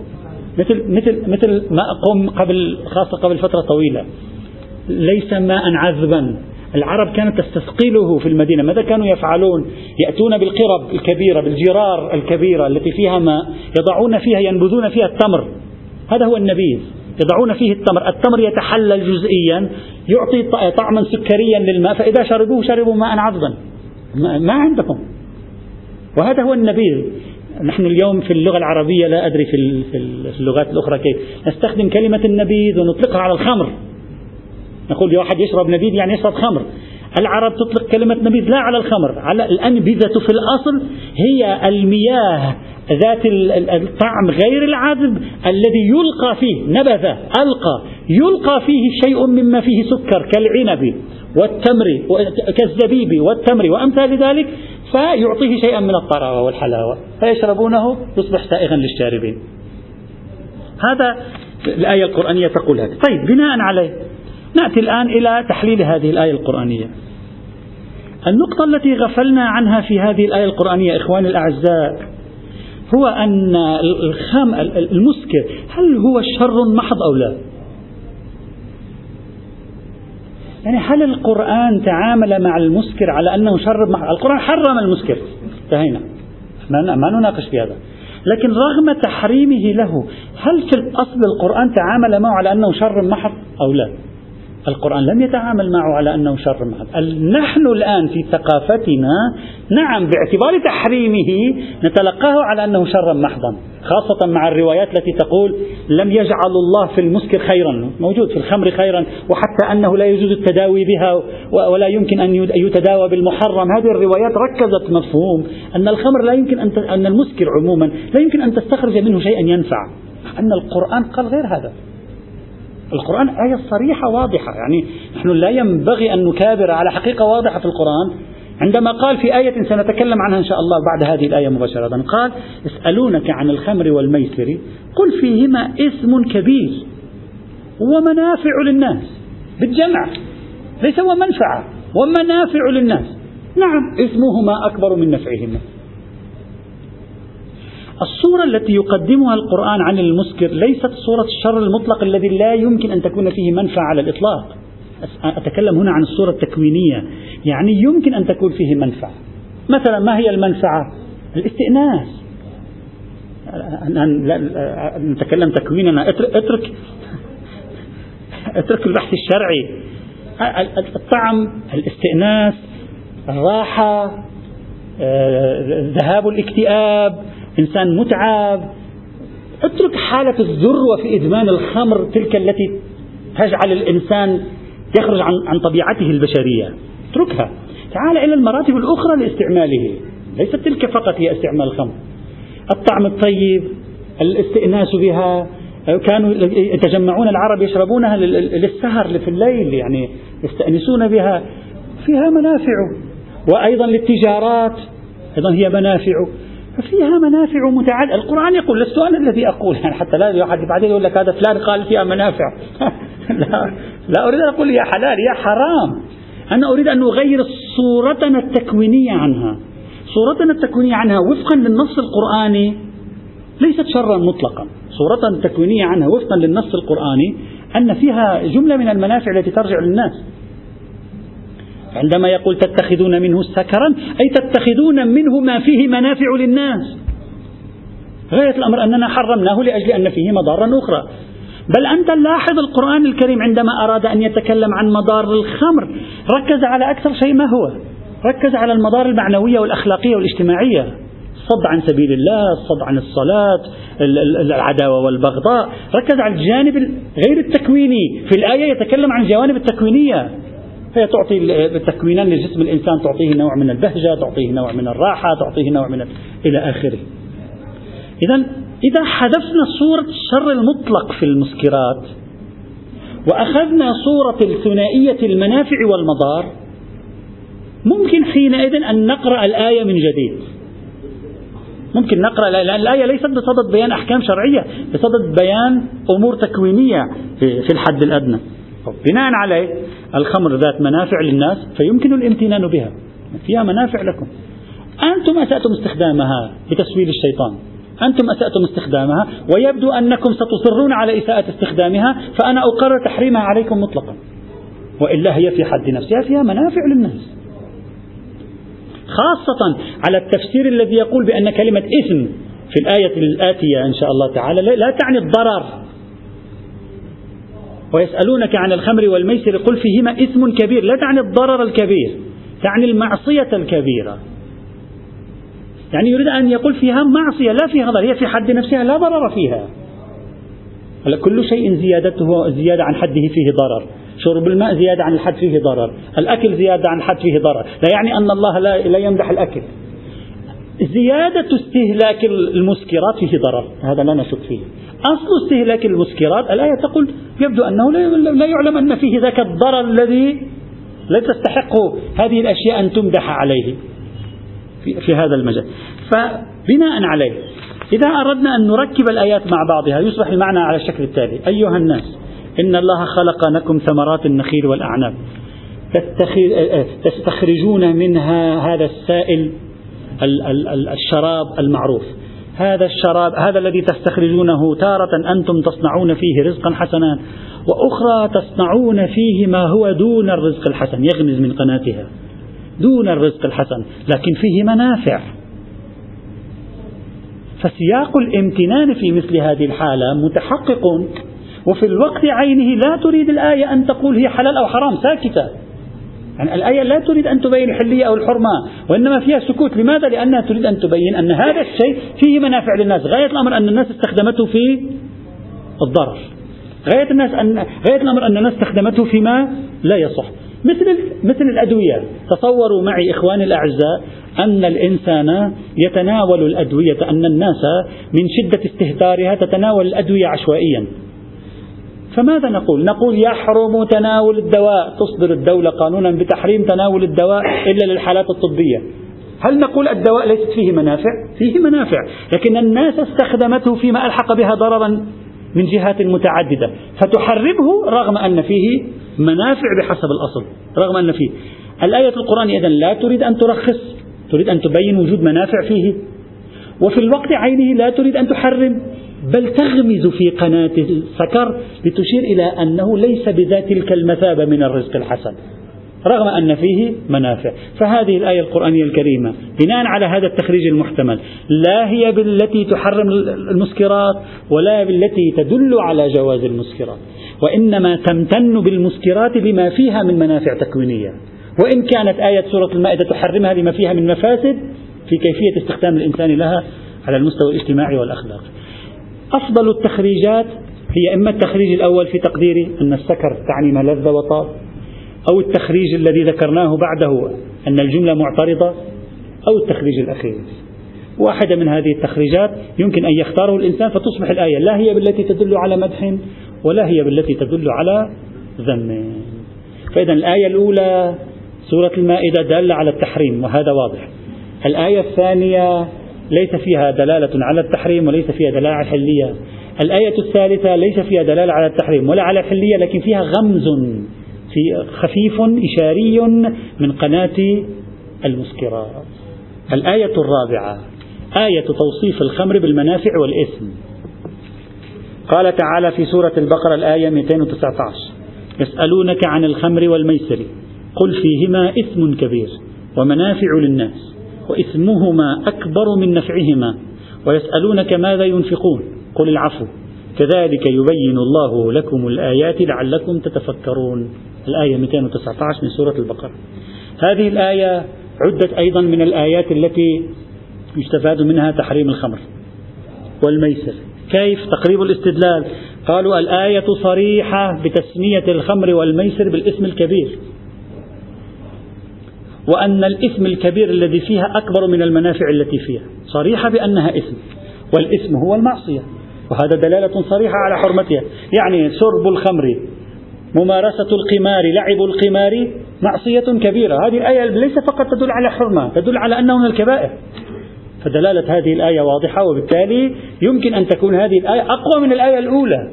مثل ماء قم خاصة قبل فترة طويلة، ليس ماء عذبا. العرب كانت تستثقله في المدينة. ماذا كانوا يفعلون؟ يأتون بالقرب الكبيرة، بالجرار الكبيرة التي فيها ماء، يضعون فيها، ينبذون فيها التمر، هذا هو النبيذ، يضعون فيه التمر يتحلل جزئيا، يعطي طعما سكريا للماء، فإذا شربوا ماء عذبا ما عندهم، وهذا هو النبيذ. نحن اليوم في اللغة العربية، لا أدري في اللغات الأخرى كيف، نستخدم كلمة النبيذ ونطلقها على الخمر، نقول يا واحد يشرب نبيذ يعني يشرب خمر. العرب تطلق كلمة نبيذ لا على الخمر، على الأنبذة. في الأصل هي المياه ذات الطعم غير العذب الذي يلقى فيه يلقى فيه شيء مما فيه سكر كالعنب والتمر كالزبيب والتمر وأمثال ذلك، فيعطيه شيئا من الطراوة والحلاوة فيشربونه يصبح سائغا للشاربين. هذا الآية القرآنية تقول هذا. طيب، بناء عليه نأتي الآن إلى تحليل هذه الآية القرآنية. النقطة التي غفلنا عنها في هذه الآية القرآنية إخواني الأعزاء هو أن المسكر هل هو شر محض أو لا؟ يعني هل القرآن تعامل مع المسكر على أنه شر محض؟ القرآن حرم المسكر، انتهينا، ما نناقش في هذا. لكن رغم تحريمه له، هل في الأصل القرآن تعامل معه على أنه شر محض أو لا؟ القرآن لم يتعامل معه على أنه شر محض. نحن الآن في ثقافتنا نعم باعتبار تحريمه نتلقاه على أنه شر محضا، خاصة مع الروايات التي تقول لم يجعل الله في المسكر خيرا، موجود في الخمر خيرا، وحتى أنه لا يجوز التداوي بها ولا يمكن أن يتداوى بالمحرم. هذه الروايات ركزت مفهوم أن الخمر لا يمكن أن المسكر عموما لا يمكن أن تستخرج منه شيئا ينفع، أن القرآن قال غير هذا. القرآن آية صريحة واضحة، يعني نحن لا ينبغي أن نكابر على حقيقة واضحة في القرآن عندما قال في آية سنتكلم عنها إن شاء الله بعد هذه الآية مباشرة، قال يسألونك عن الخمر والميسر قل فيهما إثم كبير ومنافع للناس، بالجمع ليس ومنفعة، ومنافع للناس، نعم إثمهما أكبر من نفعهما. الصورة التي يقدمها القرآن عن المسكر ليست صورة الشر المطلق الذي لا يمكن أن تكون فيه منفعة على الإطلاق. أتكلم هنا عن الصورة التكوينية، يعني يمكن أن تكون فيه منفعة. مثلا ما هي المنفعة؟ الاستئناس. نتكلم تكويننا، اترك البحث الشرعي. الطعم، الاستئناس، الراحة، ذهاب الاكتئاب، إنسان متعب. اترك حالة الذروة في إدمان الخمر تلك التي تجعل الإنسان يخرج عن طبيعته البشرية، اتركها، تعال إلى المراتب الأخرى لاستعماله، ليست تلك فقط هي استعمال الخمر. الطعم الطيب، الاستئناس بها، كانوا يتجمعون العرب يشربونها للسهر في الليل، يعني يستأنسون بها، فيها منافع. وأيضا للتجارات أيضا هي منافع، ففيها منافع متعددة. القرآن يقول، لست أنا الذي أقول، يعني حتى لا أحد بعدين يقول لك هذا فلان قال فيها منافع. لا أريد أن أقول يا حلال يا حرام، أنا أريد أن نغير صورتنا التكوينية عنها. صورتنا التكوينية عنها وفقا للنص القرآني ليست شرا مطلقا، صورتنا التكوينية عنها وفقا للنص القرآني أن فيها جملة من المنافع التي ترجع للناس. عندما يقول تتخذون منه سكرا أي تتخذون منه ما فيه منافع للناس. غاية الأمر أننا حرمناه لأجل أن فيه مضارا أخرى. بل أنت لاحظ القرآن الكريم عندما أراد أن يتكلم عن مضار الخمر ركز على أكثر شيء ما هو، ركز على المضار المعنوية والأخلاقية والاجتماعية، الصد عن سبيل الله، الصد عن الصلاة، العداوة والبغضاء، ركز على الجانب غير التكويني. في الآية يتكلم عن الجوانب التكوينية، هي تعطي تكوينا لجسم الإنسان، تعطيه نوع من البهجة، تعطيه نوع من الراحة، تعطيه نوع من إلى آخره. إذا حذفنا صورة الشر المطلق في المسكرات وأخذنا صورة الثنائية المنافع والمضار، ممكن حينئذ أن نقرأ الآية من جديد. ممكن نقرأ الآية ليست بصدد بيان أحكام شرعية، بصدد بيان أمور تكوينية في الحد الأدنى. بناء عليه الخمر ذات منافع للناس فيمكن الامتنان بها، فيها منافع لكم. أنتم أسأتم استخدامها بتسويل الشيطان، أنتم أسأتم استخدامها، ويبدو أنكم ستصرون على إساءة استخدامها، فأنا أقرر تحريمها عليكم مطلقا، وإلا هي في حد نفسها فيها منافع للناس. خاصة على التفسير الذي يقول بأن كلمة إثم في الآية الآتية إن شاء الله تعالى لا تعني الضرر. ويسألونك عن الخمر والميسر قل فيهما إثم كبير، لا تعني الضرر الكبير، تعني المعصية الكبيرة. يعني يريد أن يقول فيها معصية لا فيها ضرر، هي في حد نفسها لا ضرر فيها. كل شيء زيادة عن حده فيه ضرر، شرب الماء زيادة عن الحد فيه ضرر، الأكل زيادة عن الحد فيه ضرر، لا يعني أن الله لا يمدح الأكل. زيادة استهلاك المسكرات فيه ضرر، هذا لا نشك فيه. أصل استهلاك المسكرات الآية تقول يبدو أنه لا يعلم أن فيه ذاك الضرر الذي لا تستحق هذه الأشياء أن تمدح عليه في هذا المجال. فبناء عليه إذا أردنا أن نركب الآيات مع بعضها يصبح المعنى على الشكل التالي: أيها الناس إن الله خلق لكم ثمرات النخيل والأعناب تستخرجون منها هذا السائل الشراب المعروف. هذا الشراب هذا الذي تستخرجونه تارة أنتم تصنعون فيه رزقا حسنا، وأخرى تصنعون فيه ما هو دون الرزق الحسن، يغمز من قناتها دون الرزق الحسن لكن فيه منافع. فسياق الامتنان في مثل هذه الحالة متحقق، وفي الوقت عينه لا تريد الآية أن تقول هي حلال أو حرام، ساكتة. يعني الآية لا تريد أن تبين الحلية أو الحرمة، وإنما فيها سكوت. لماذا؟ لأنها تريد أن تبين أن هذا الشيء فيه منافع للناس. غاية الأمر أن الناس استخدمته في الضرر، غاية الأمر أن الناس استخدمته فيما لا يصح، مثل الأدوية. تصوروا معي إخواني الأعزاء أن الإنسان يتناول الأدوية، أن الناس من شدة استهتارها تتناول الأدوية عشوائيا. فماذا نقول؟ نقول يحرم تناول الدواء، تصدر الدولة قانونا بتحريم تناول الدواء إلا للحالات الطبية. هل نقول الدواء ليست فيه منافع؟ فيه منافع، لكن الناس استخدمته فيما ألحق بها ضررا من جهات متعددة فتحرمه رغم أن فيه منافع بحسب الأصل، رغم أن فيه. الآية القرآنية إذن لا تريد أن ترخص، تريد أن تبين وجود منافع فيه، وفي الوقت عينه لا تريد أن تحرم، بل تغمز في قناة السكر لتشير إلى أنه ليس بذات تلك المثابة من الرزق الحسن رغم أن فيه منافع. فهذه الآية القرآنية الكريمة بناء على هذا التخريج المحتمل لا هي بالتي تحرم المسكرات ولا بالتي تدل على جواز المسكرات، وإنما تمتن بالمسكرات لما فيها من منافع تكوينية، وإن كانت آية سورة المائدة تحرمها لما فيها من مفاسد في كيفية استخدام الإنسان لها على المستوى الاجتماعي والأخلاقي. أفضل التخريجات هي إما التخريج الأول في تقديري أن السكر تعني ملذ وطاب، أو التخريج الذي ذكرناه بعده أن الجملة معترضة، أو التخريج الأخير. واحدة من هذه التخريجات يمكن أن يختاره الإنسان فتصبح الآية لا هي بالتي تدل على مدح ولا هي بالتي تدل على ذم. فإذا الآية الأولى سورة المائدة دالة على التحريم وهذا واضح. الآية الثانية ليس فيها دلالة على التحريم وليس فيها دلالة على الحلية. الآية الثالثة ليس فيها دلالة على التحريم ولا على الحلية، لكن فيها غمز في خفيف إشاري من قناة المسكرات. الآية الرابعة آية توصيف الخمر بالمنافع والإثم. قال تعالى في سورة البقرة الآية 219: يسألونك عن الخمر والميسر قل فيهما إثم كبير ومنافع للناس وإثمهما أكبر من نفعهما ويسألونك ماذا ينفقون قل العفو كذلك يبين الله لكم الآيات لعلكم تتفكرون. الآية 219 من سورة البقرة. هذه الآية عدت أيضا من الآيات التي يستفاد منها تحريم الخمر والميسر. كيف؟ تقريب الاستدلال. قالوا الآية صريحة بتسمية الخمر والميسر بالإثم الكبير، وأن الإثم الكبير الذي فيها أكبر من المنافع التي فيها، صريحة بأنها إثم، والإثم هو المعصية، وهذا دلالة صريحة على حرمتها. يعني شرب الخمر، ممارسة القمار، لعب القمار معصية كبيرة. هذه الآية ليس فقط تدل على حرمة، تدل على أنه من الكبائر. فدلالة هذه الآية واضحة، وبالتالي يمكن أن تكون هذه الآية أقوى من الآية الأولى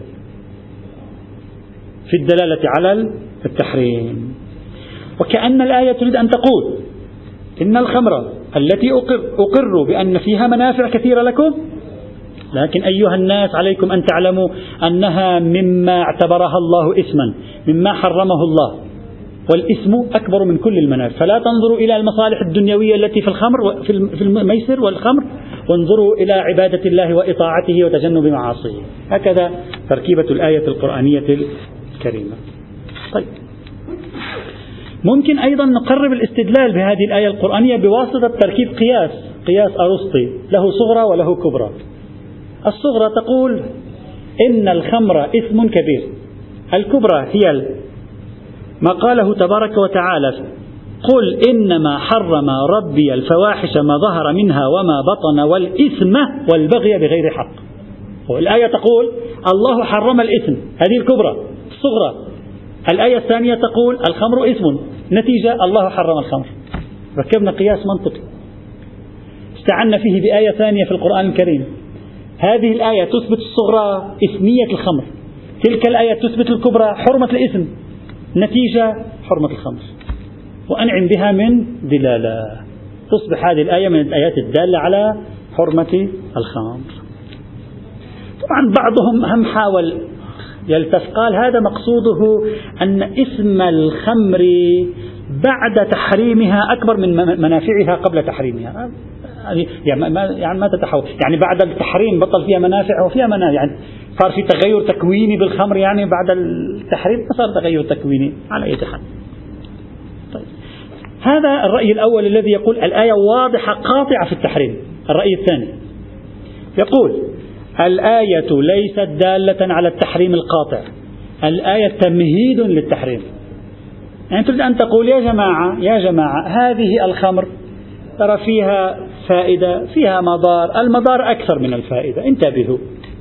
في الدلالة على التحريم. وكأن الآية تريد أن تقول إن الخمر التي أقر بأن فيها منافع كثيرة لكم، لكن أيها الناس عليكم أن تعلموا أنها مما اعتبرها الله إثما، مما حرمه الله، والإثم أكبر من كل المنافع. فلا تنظروا إلى المصالح الدنيوية التي في الخمر في الميسر والخمر، وانظروا إلى عبادة الله وإطاعته وتجنب معاصيه. هكذا تركيبة الآية القرآنية الكريمة. طيب، ممكن أيضا نقرب الاستدلال بهذه الآية القرآنية بواسطة تركيب قياس أرسطي له صغرى وله كبرى. الصغرى تقول إن الخمر إثم كبير، الكبرى هي ما قاله تبارك وتعالى قل إنما حرم ربي الفواحش ما ظهر منها وما بطن والإثم والبغي بغير حق. والآية تقول الله حرم الإثم، هذه الكبرى الصغرى. الآية الثانية تقول الخمر إثم، نتيجة الله حرم الخمر. ركبنا قياس منطقي استعنا فيه بآية ثانية في القرآن الكريم. هذه الآية تثبت الصغرى إثمية الخمر، تلك الآية تثبت الكبرى حرمة الإثم، نتيجة حرمة الخمر، وأنعم بها من دلالة. تصبح هذه الآية من الآيات الدالة على حرمة الخمر. طبعا بعضهم هم حاول يلتف، قال هذا مقصوده أن إثم الخمر بعد تحريمها أكبر من منافعها قبل تحريمها. يعني ما تتحول، يعني بعد التحريم بطل فيها منافع وفيها منافع، يعني صار في تغير تكويني بالخمر، يعني بعد التحريم صار تغير تكويني على أي حال. طيب، هذا الرأي الأول الذي يقول الآية واضحة قاطعة في التحريم. الرأي الثاني يقول الآية ليست دالة على التحريم القاطع، الآية تمهيد للتحريم. يعني تريد أن تقول يا جماعة هذه الخمر ترى فيها فائدة فيها مضار، المضار أكثر من الفائدة، انتبهوا.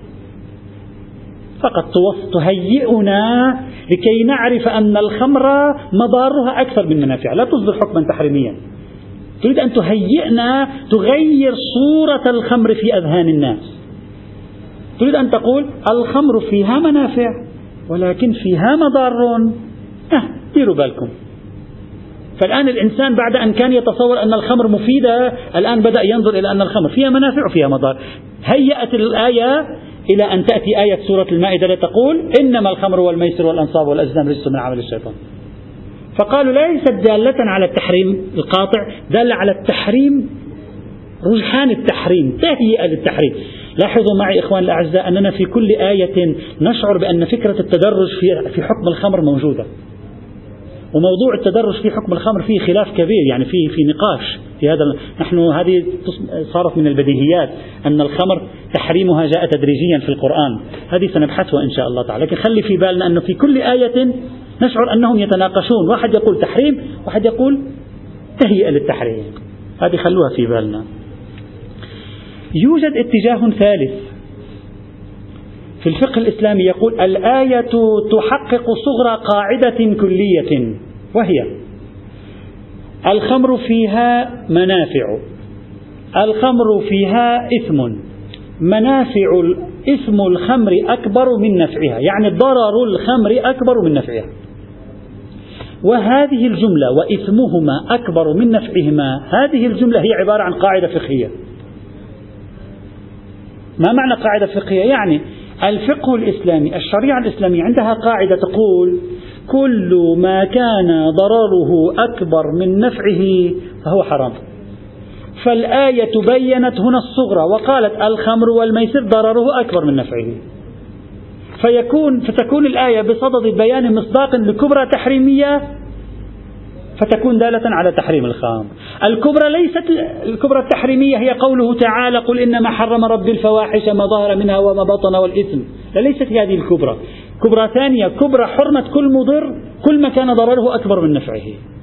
فقط تهيئنا لكي نعرف أن الخمر مضارها أكثر من منافعها، لا تصدر حكما تحريميا. تريد أن تهيئنا تغير صورة الخمر في أذهان الناس. تريد أن تقول الخمر فيها منافع ولكن فيها مضار، ديروا بالكم. فالآن الإنسان بعد أن كان يتصور أن الخمر مفيدة، الآن بدأ ينظر إلى أن الخمر فيها منافع وفيها مضار. هيأت الآية إلى أن تأتي آية سورة المائدة تقول إنما الخمر والميسر والأنصاب والأزلام رجس من عمل الشيطان. فقالوا ليست دالة على التحريم القاطع، دالة على التحريم، رجحان التحريم، تهيئة للتحريم. لاحظوا معي إخوان الأعزاء أننا في كل آية نشعر بأن فكرة التدرج في حكم الخمر موجودة، وموضوع التدرج في حكم الخمر فيه خلاف كبير، يعني في نقاش في هذا. نحن هذه صارت من البديهيات أن الخمر تحريمها جاء تدريجيا في القرآن، هذه سنبحثها إن شاء الله تعالى. لكن خلي في بالنا أنه في كل آية نشعر أنهم يتناقشون، واحد يقول تحريم واحد يقول تهيئة للتحريم، هذه خلوها في بالنا. يوجد اتجاه ثالث في الفقه الإسلامي يقول الآية تحقق صغرى قاعدة كلية، وهي الخمر فيها منافع، الخمر فيها إثم، منافع إثم الخمر أكبر من نفعها، يعني ضرر الخمر أكبر من نفعها. وهذه الجملة وإثمهما أكبر من نفعهما، هذه الجملة هي عبارة عن قاعدة فقهية. ما معنى قاعدة فقهية؟ يعني الفقه الإسلامي، الشريعة الإسلامية عندها قاعدة تقول كل ما كان ضرره أكبر من نفعه فهو حرام. فالآية بينت هنا الصغرى وقالت الخمر والميسر ضرره أكبر من نفعه، فتكون الآية بصدد بيان مصداق لكبرى تحريمية، فتكون دالة على تحريم الخمر. الكبرى ليست الكبرى التحريمية هي قوله تعالى قل إنما حرم ربي الفواحش ما ظهر منها وما بطن والإثم، ليست هذه الكبرى. كبرى ثانية، كبرى حرمة كل مضر كل ما كان ضرره أكبر من نفعه.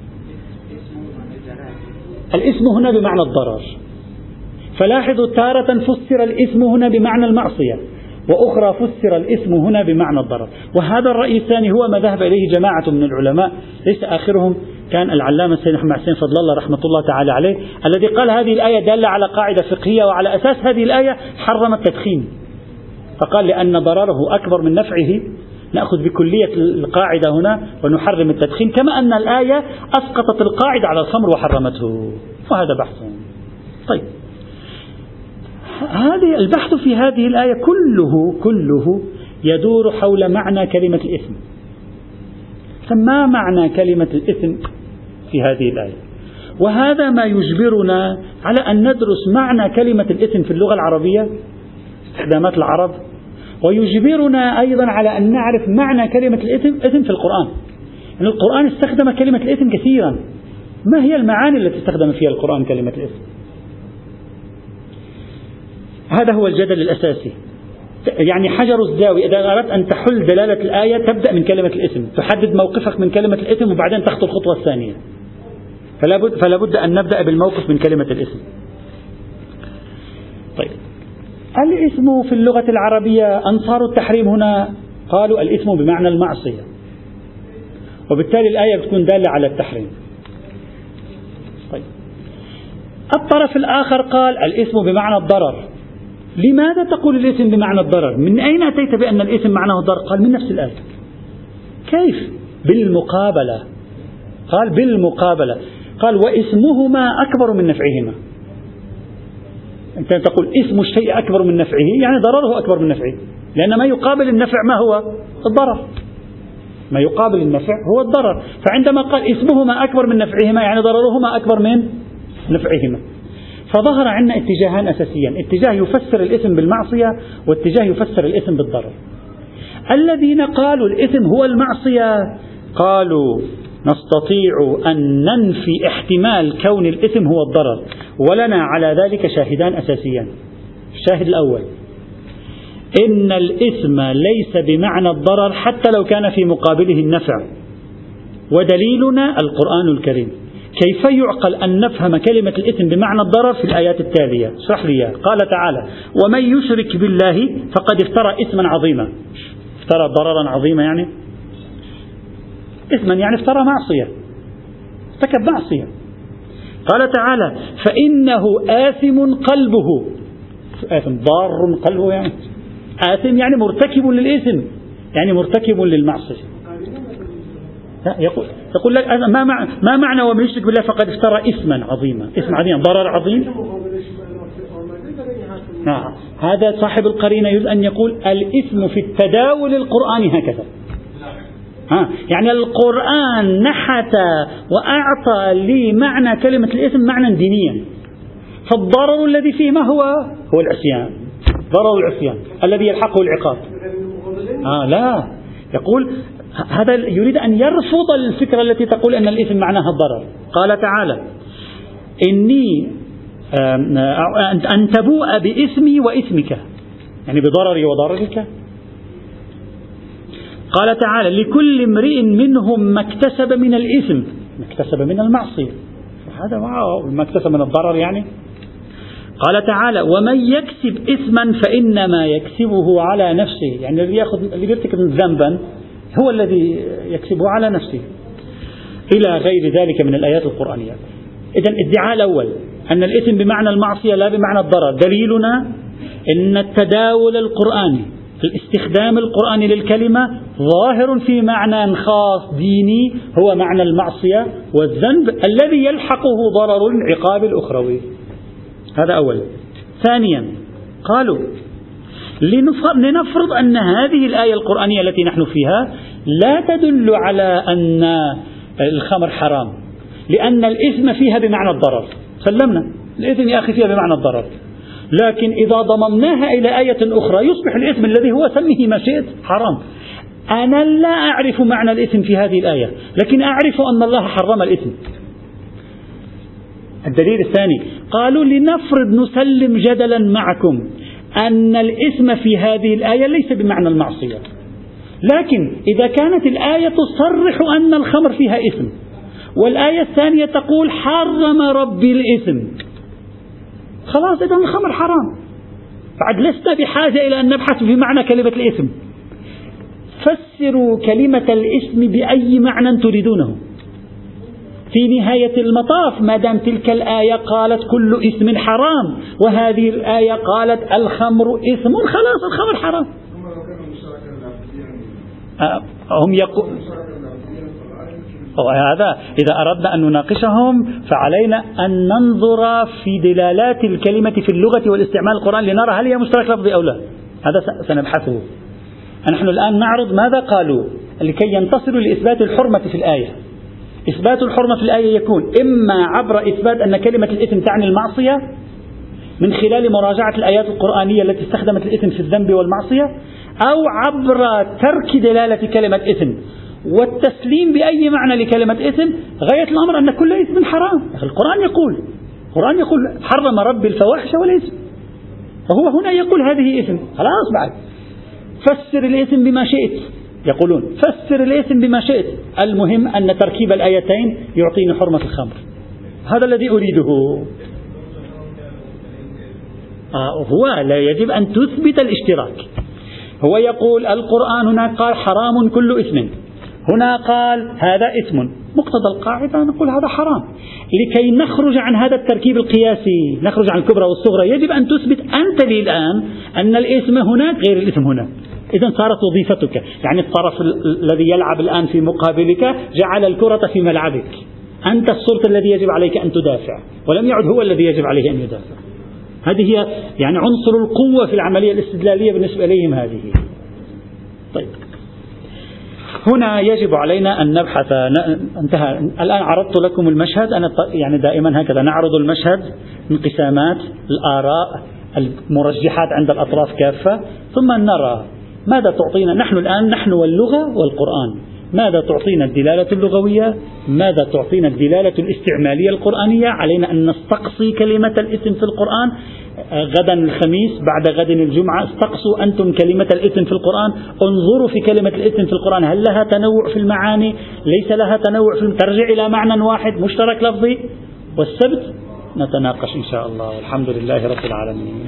الإثم هنا بمعنى الضرر، فلاحظوا تارة فسر الإثم هنا بمعنى المعصية، وأخرى فسر الإثم هنا بمعنى الضرر. وهذا الرأي الثاني هو ما ذهب إليه جماعة من العلماء، ليس آخرهم كان العلامة السيد محمد حسين فضل الله رحمة الله تعالى عليه، الذي قال هذه الآية دالة على قاعدة فقهية، وعلى أساس هذه الآية حرم التدخين، فقال لأن ضرره أكبر من نفعه نأخذ بكلية القاعدة هنا ونحرم التدخين، كما أن الآية أسقطت القاعدة على الخمر وحرمته. وهذا بحث. طيب، هذه البحث في هذه الآية كله يدور حول معنى كلمة الإثم. فما معنى كلمة الإثم في هذه الآية؟ وهذا ما يجبرنا على أن ندرس معنى كلمة الإثم في اللغة العربية، استخدامات العرب، ويجبرنا أيضا على أن نعرف معنى كلمة الإثم في القرآن. يعني القرآن استخدم كلمة الإثم كثيرا، ما هي المعاني التي استخدم فيها القرآن كلمة الإثم؟ هذا هو الجدل الأساسي. يعني حجر الزاوية، إذا أردت أن تحل دلالة الآية تبدأ من كلمة الإثم، تحدد موقفك من كلمة الإثم وبعدين تخطو الخطوة الثانية. فلا بد أن نبدأ بالموقف من كلمة الاسم. طيب، الاسم في اللغة العربية أنصار التحريم هنا قالوا الاسم بمعنى المعصية، وبالتالي الآية بتكون دالة على التحريم. طيب، الطرف الآخر قال الاسم بمعنى الضرر. لماذا تقول الاسم بمعنى الضرر؟ من أين أتيت بأن الاسم معناه الضرر؟ قال من نفس الآية. كيف؟ بالمقابلة. قال بالمقابلة، قال واسمهما أكبر من نفعهما. أنت تقول اسم الشيء أكبر من نفعه، يعني ضرره أكبر من نفعه، لأن ما يقابل النفع ما هو؟ الضرر. ما يقابل النفع هو الضرر، فعندما قال اسمهما أكبر من نفعهما يعني ضررهما أكبر من نفعهما. فظهر عندنا اتجاهان أساسيان، اتجاه يفسر الاسم بالمعصية، واتجاه يفسر الاسم بالضرر. الذين قالوا الاسم هو المعصية قالوا نستطيع أن ننفي احتمال كون الاسم هو الضرر، ولنا على ذلك شاهدان أساسيان. الشاهد الأول إن الاسم ليس بمعنى الضرر حتى لو كان في مقابله النفع، ودليلنا القرآن الكريم. كيف يعقل أن نفهم كلمة الاسم بمعنى الضرر في الآيات التالية؟ اشرح لي. قال تعالى ومن يشرك بالله فقد افترى اسما عظيما. افترى ضررا عظيما يعني اسما، يعني افترى معصية، ارتكب معصية. قال تعالى فإنه آثم قلبه. آثم ضار قلبه، يعني آثم يعني مرتكب للإثم، يعني مرتكب للمعصية. يقول لك ما معنى ومن يشرك بالله فقد افترى اسما عظيما؟ اسم عظيم، ضرر عظيم. هذا صاحب القرينة يريد أن يقول الاسم في التداول القرآني هكذا. يعني القرآن نحت وأعطى لي معنى كلمة الاسم معنى دينيا، فالضرر الذي فيه ما هو العصيان، ضرر العصيان الذي يلحقه العقاب. لا، يقول هذا يريد أن يرفض الفكرة التي تقول أن الاسم معناها الضرر. قال تعالى إني أن تبوء باسمي واسمك، يعني بضرري وضررك. قال تعالى لكل امرئ منهم ما اكتسب من الإثم، ما اكتسب من المعصية، هذا ما اكتسب من الضرر يعني. قال تعالى ومن يكسب إثما فإنما يكسبه على نفسه، يعني اللي يرتكب ذنبا هو الذي يكسبه على نفسه، إلى غير ذلك من الآيات القرآنية. إذن الادعاء الأول أن الإثم بمعنى المعصية لا بمعنى الضرر، دليلنا أن التداول القرآني، الاستخدام القرآني للكلمة ظاهر في معنى خاص ديني هو معنى المعصية والذنب الذي يلحقه ضرر العقاب الأخروي. هذا أولا. ثانيا قالوا لنفرض أن هذه الآية القرآنية التي نحن فيها لا تدل على أن الخمر حرام، لأن الإثم فيها بمعنى الضرر، سلمنا الإثم يا أخي فيها بمعنى الضرر، لكن إذا ضممناها إلى آية أخرى يصبح الإثم الذي هو سميه ما شئت حرام. أنا لا أعرف معنى الإثم في هذه الآية، لكن أعرف أن الله حرم الإثم. الدليل الثاني قالوا لنفرض نسلم جدلا معكم أن الإثم في هذه الآية ليس بمعنى المعصية، لكن إذا كانت الآية تصرح أن الخمر فيها إثم، والآية الثانية تقول حرم ربي الإثم، خلاص إذا الخمر حرام، بعد لسنا بحاجة إلى أن نبحث في معنى كلمة الإثم. فسروا كلمة الإثم بأي معنى تريدونه. في نهاية المطاف ما دام تلك الآية قالت كل إثم حرام وهذه الآية قالت الخمر إثم، خلاص الخمر حرام. هم يقول هذا إذا أردنا أن نناقشهم فعلينا أن ننظر في دلالات الكلمة في اللغة والاستعمال القرآن لنرى هل هي مشترك لفظي أو لا. هذا سنبحثه. نحن الآن نعرض ماذا قالوا لكي ينتصروا لإثبات الحرمة في الآية. إثبات الحرمة في الآية يكون إما عبر إثبات أن كلمة الإثم تعني المعصية من خلال مراجعة الآيات القرآنية التي استخدمت الإثم في الذنب والمعصية، أو عبر ترك دلالة كلمة إثم والتسليم بأي معنى لكلمة إثم. غاية الأمر أن كل إثم حرام. القرآن يقول حرم ربي الفواحش والإثم، فهو هنا يقول هذه إثم، خلاص بعد فسر الإثم بما شئت. يقولون فسر الإثم بما شئت، المهم أن تركيب الآيتين يعطينا حرمة الخمر. هذا الذي أريده. هو لا يجب أن تثبت الاشتراك. هو يقول القرآن هنا قال حرام كل إثم، هنا قال هذا إثم، مقتضى القاعدة نقول هذا حرام. لكي نخرج عن هذا التركيب القياسي، نخرج عن الكبرى والصغرى، يجب أن تثبت أنت لي الآن أن الإثم هناك غير الإثم هناك. إذن صارت وظيفتك، يعني الطرف الذي يلعب الآن في مقابلك جعل الكرة في ملعبك، أنت السلطة الذي يجب عليك أن تدافع، ولم يعد هو الذي يجب عليه أن يدافع. هذه هي يعني عنصر القوة في العملية الاستدلالية بالنسبة إليهم هذه. طيب، هنا يجب علينا أن نبحث. انتهى الآن، عرضت لكم المشهد. أنا يعني دائما هكذا نعرض المشهد، انقسامات الآراء، المرجحات عند الأطراف كافة، ثم نرى ماذا تعطينا نحن الآن، نحن واللغة والقرآن، ماذا تعطينا الدلالة اللغوية، ماذا تعطينا الدلالة الاستعمالية القرآنية. علينا أن نستقصي كلمة الإثم في القرآن. غدا الخميس، بعد غد الجمعة، استقصوا أنتم كلمة الإثم في القرآن، انظروا في كلمة الإثم في القرآن، هل لها تنوع في المعاني، ليس لها تنوع في ترجع إلى معنى واحد مشترك لفظي. والسبت نتناقش إن شاء الله، والحمد لله رب العالمين.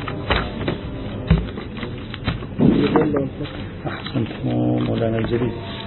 أحسنتم مولانا الجليل.